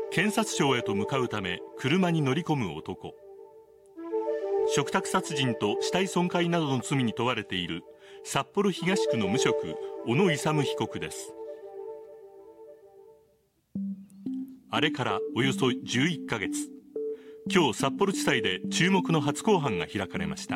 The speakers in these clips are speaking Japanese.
検察庁へと向かうため車に乗り込む男。嘱託殺人と死体損壊などの罪に問われている札幌東区の無職小野勇被告です。あれからおよそ11ヶ月、今日札幌地裁で注目の初公判が開かれました。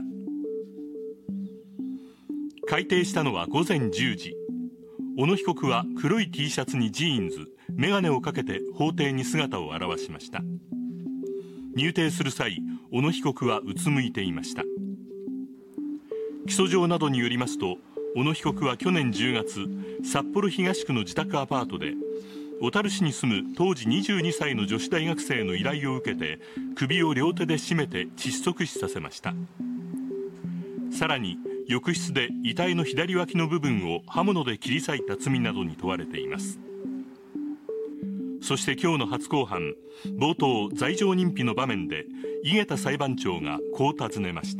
開廷したのは午前10時。小野被告は黒い T シャツにジーンズ、メガネをかけて法廷に姿を現しました。入廷する際、小野被告はうつむいていました。起訴状などによりますと、小野被告は去年10月、札幌東区の自宅アパートで小樽市に住む当時22歳の女子大学生の依頼を受けて、首を両手で絞めて窒息死させました。さらに浴室で遺体の左脇の部分を刃物で切り裂いた罪などに問われています。そして今日の初公判、冒頭罪状認否の場面で井桁裁判長がこう尋ねました。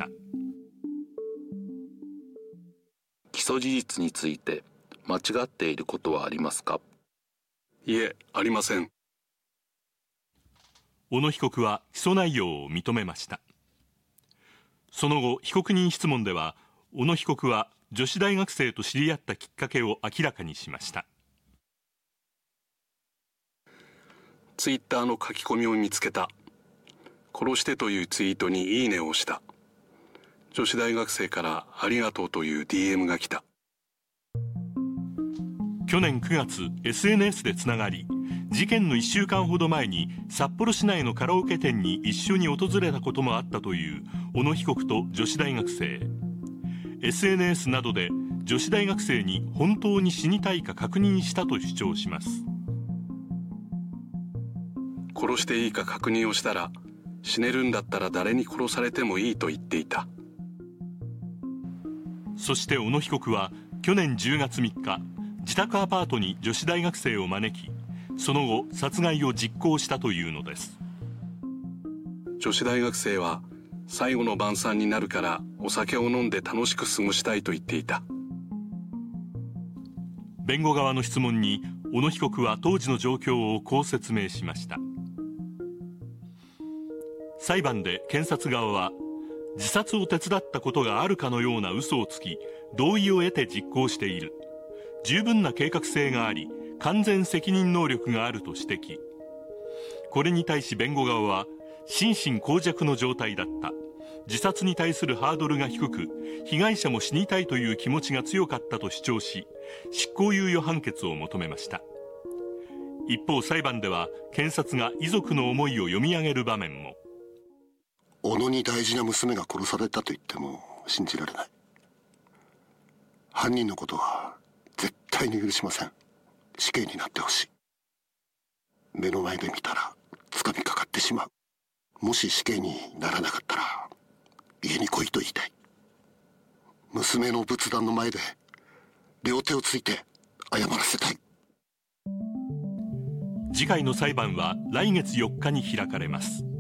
起訴事実について間違っていることはありますか？ いえ、ありません。 小野被告は起訴内容を認めました。その後、被告人質問では小野被告は女子大学生と知り合ったきっかけを明らかにしました。 ツイッターの書き込みを見つけた。殺してというツイートにいいねをした。女子大学生からありがとうという DM が来た。 去年9月 SNS でつながり、事件の1週間ほど前に札幌市内のカラオケ店に一緒に訪れたこともあったという小野被告と女子大学生。SNS などで女子大学生に本当に死にたいか確認したと主張します。 殺していいか確認をしたら、死ねるんだったら誰に殺されてもいいと言っていた。 そして小野被告は去年10月3日、自宅アパートに女子大学生を招き、その後殺害を実行したというのです。 女子大学生は最後の晩餐になるからお酒を飲んで楽しく過ごしたいと言っていた。 弁護側の質問に小野被告は当時の状況をこう説明しました。裁判で検察側は、自殺を手伝ったことがあるかのような嘘をつき、同意を得て実行している。十分な計画性があり、完全責任能力があると指摘。これに対し弁護側は、心神耗弱の状態だった。自殺に対するハードルが低く、被害者も死にたいという気持ちが強かったと主張し、執行猶予判決を求めました。一方、裁判では検察が遺族の思いを読み上げる場面も。 小野に大事な娘が殺されたと言っても信じられない。犯人のことは絶対に許しません。死刑になってほしい。目の前で見たら掴みかかってしまう。もし死刑にならなかったら家に来いと言いたい。娘の仏壇の前で両手をついて謝らせたい。 次回の裁判は来月4日に開かれます。